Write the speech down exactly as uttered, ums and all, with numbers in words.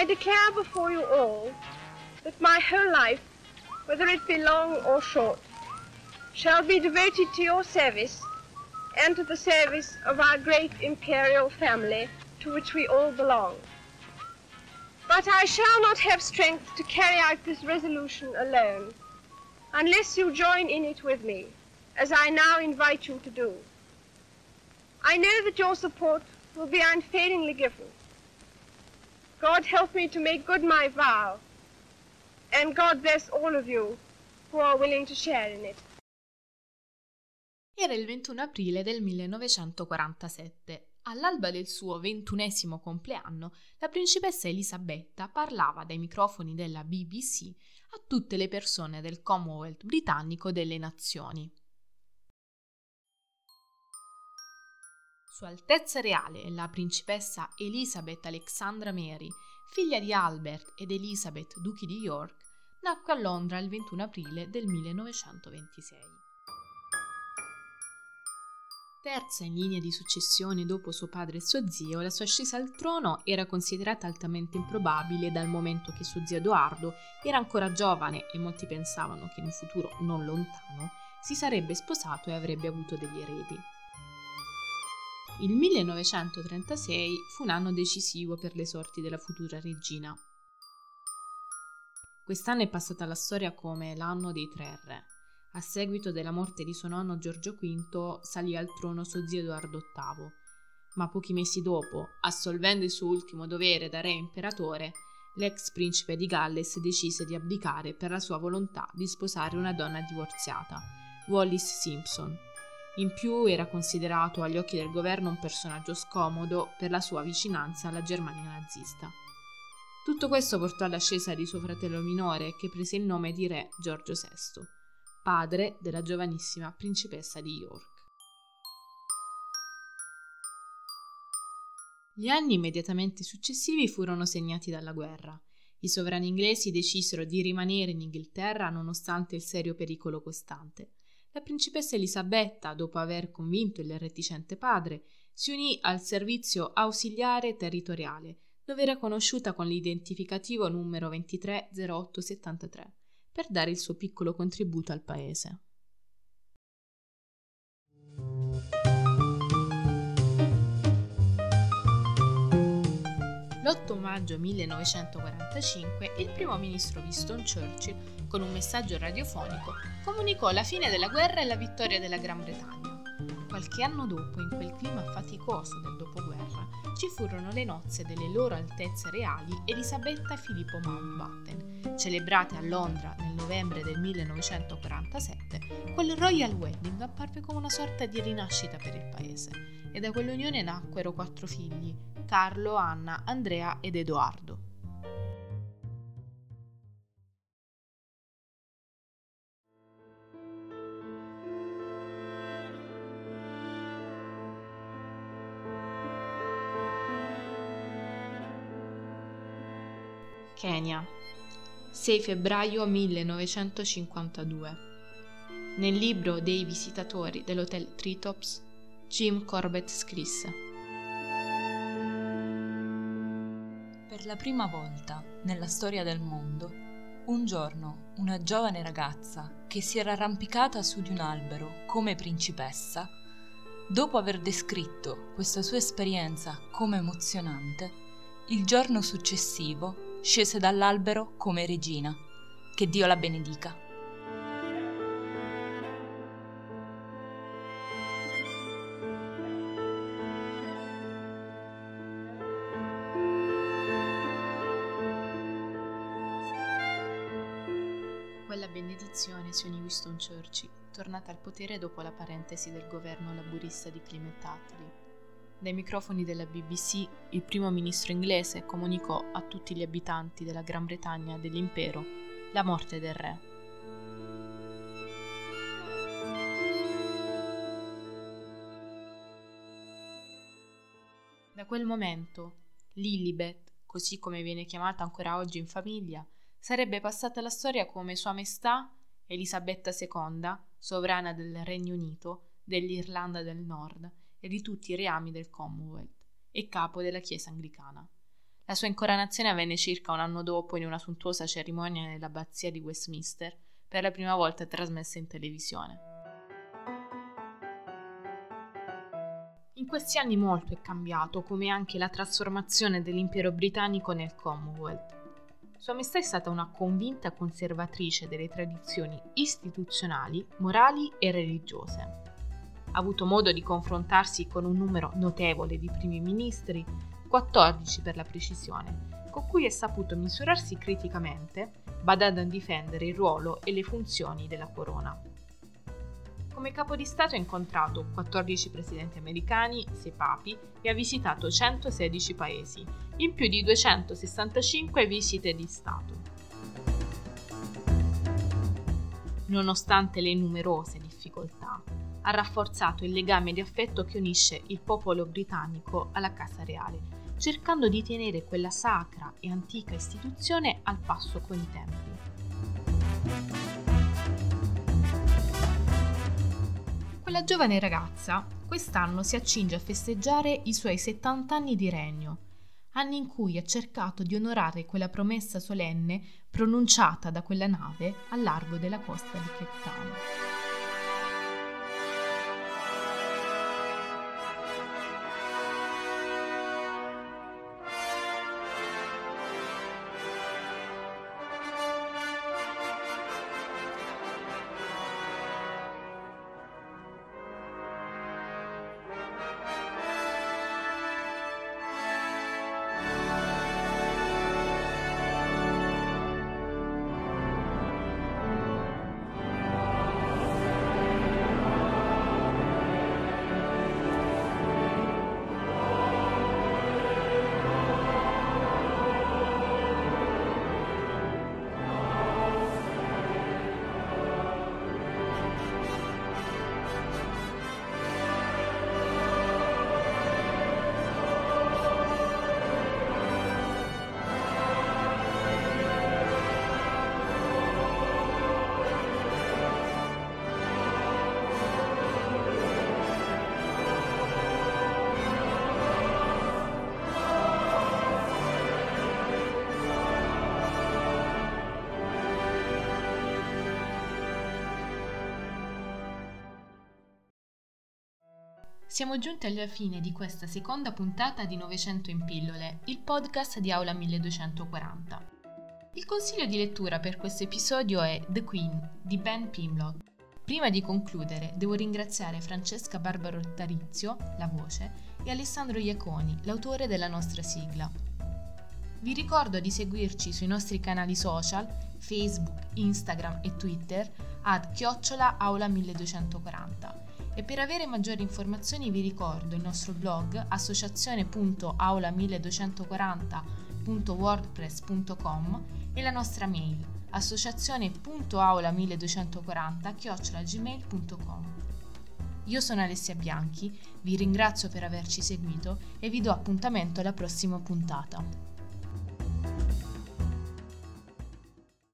I declare before you all that my whole life, whether it be long or short, shall be devoted to your service and to the service of our great imperial family to which we all belong. But I shall not have strength to carry out this resolution alone, unless you join in it with me, as I now invite you to do. I know that your support will be unfailingly given. God help me to make good my vow, and God bless all of you who are willing to share in it. Era il ventuno aprile del millenovecentoquarantasette. All'alba del suo ventunesimo compleanno, la principessa Elisabetta parlava dai microfoni della B B C a tutte le persone del Commonwealth britannico delle nazioni. Sua Altezza Reale, la principessa Elizabeth Alexandra Mary, figlia di Albert ed Elizabeth, duchi di York, nacque a Londra il ventuno aprile del millenovecentoventisei. Terza in linea di successione dopo suo padre e suo zio, la sua ascesa al trono era considerata altamente improbabile dal momento che suo zio Edoardo era ancora giovane e molti pensavano che in un futuro non lontano si sarebbe sposato e avrebbe avuto degli eredi. Il millenovecentotrentasei fu un anno decisivo per le sorti della futura regina. Quest'anno è passata alla storia come l'anno dei tre re. A seguito della morte di suo nonno Giorgio quinto salì al trono suo zio Edoardo ottavo, ma pochi mesi dopo, assolvendo il suo ultimo dovere da re imperatore, l'ex principe di Galles decise di abdicare per la sua volontà di sposare una donna divorziata, Wallis Simpson. In più era considerato agli occhi del governo un personaggio scomodo per la sua vicinanza alla Germania nazista. Tutto questo portò all'ascesa di suo fratello minore, che prese il nome di re Giorgio sesto, padre della giovanissima principessa di York. Gli anni immediatamente successivi furono segnati dalla guerra. I sovrani inglesi decisero di rimanere in Inghilterra nonostante il serio pericolo costante. La principessa Elisabetta, dopo aver convinto il reticente padre, si unì al servizio ausiliare territoriale, dove era conosciuta con l'identificativo numero ventitré zero otto settantatré, per dare il suo piccolo contributo al paese. L'otto maggio millenovecentoquarantacinque il primo ministro Winston Churchill, con un messaggio radiofonico, comunicò la fine della guerra e la vittoria della Gran Bretagna. Qualche anno dopo, in quel clima faticoso del dopoguerra, ci furono le nozze delle loro altezze reali Elisabetta e Filippo Mountbatten, celebrate a Londra nel novembre del millenovecentoquarantasette. Quel Royal Wedding apparve come una sorta di rinascita per il paese, e da quell'unione nacquero quattro figli: Carlo, Anna, Andrea ed Edoardo. Kenya, sei febbraio millenovecentocinquantadue. Nel libro dei visitatori dell'Hotel Treetops, Jim Corbett scrisse: Per la prima volta nella storia del mondo, un giorno una giovane ragazza che si era arrampicata su di un albero come principessa, dopo aver descritto questa sua esperienza come emozionante, il giorno successivo scese dall'albero come regina. Che Dio la benedica. Quella benedizione si unì Winston Churchill, tornata al potere dopo la parentesi del governo laburista di Clement Attlee. Dai microfoni della B B C, il primo ministro inglese comunicò a tutti gli abitanti della Gran Bretagna e dell'impero la morte del re. Da quel momento, Lilibet, così come viene chiamata ancora oggi in famiglia, sarebbe passata alla storia come Sua Maestà Elisabetta seconda, sovrana del Regno Unito, dell'Irlanda del Nord e di tutti i reami del Commonwealth, e capo della Chiesa anglicana. La sua incoronazione avvenne circa un anno dopo in una sontuosa cerimonia nell'abbazia di Westminster, per la prima volta trasmessa in televisione. In questi anni molto è cambiato, come anche la trasformazione dell'impero britannico nel Commonwealth. Sua Maestà è stata una convinta conservatrice delle tradizioni istituzionali, morali e religiose. Ha avuto modo di confrontarsi con un numero notevole di primi ministri, quattordici per la precisione, con cui è saputo misurarsi criticamente, badando a difendere il ruolo e le funzioni della corona. Come capo di Stato ha incontrato quattordici presidenti americani, sei papi e ha visitato centosedici paesi, in più di duecentosessantacinque visite di Stato. Nonostante le numerose difficoltà, ha rafforzato il legame di affetto che unisce il popolo britannico alla Casa Reale, cercando di tenere quella sacra e antica istituzione al passo con i tempi. Quella giovane ragazza quest'anno si accinge a festeggiare i suoi settanta anni di regno, anni in cui ha cercato di onorare quella promessa solenne pronunciata da quella nave al largo della costa di Cape Town. Siamo giunti alla fine di questa seconda puntata di Novecento in pillole, il podcast di Aula milleduecentoquaranta. Il consiglio di lettura per questo episodio è The Queen di Ben Pimlott. Prima di concludere, devo ringraziare Francesca Barbaro Tarizio, la voce, e Alessandro Iaconi, l'autore della nostra sigla. Vi ricordo di seguirci sui nostri canali social, Facebook, Instagram e Twitter, ad chiocciola aula milleduecentoquaranta. E per avere maggiori informazioni vi ricordo il nostro blog associazione punto aula milleduecentoquaranta punto wordpress punto com e la nostra mail associazione punto aula milleduecentoquaranta chiocciola gmail punto com. Io sono Alessia Bianchi, vi ringrazio per averci seguito e vi do appuntamento alla prossima puntata.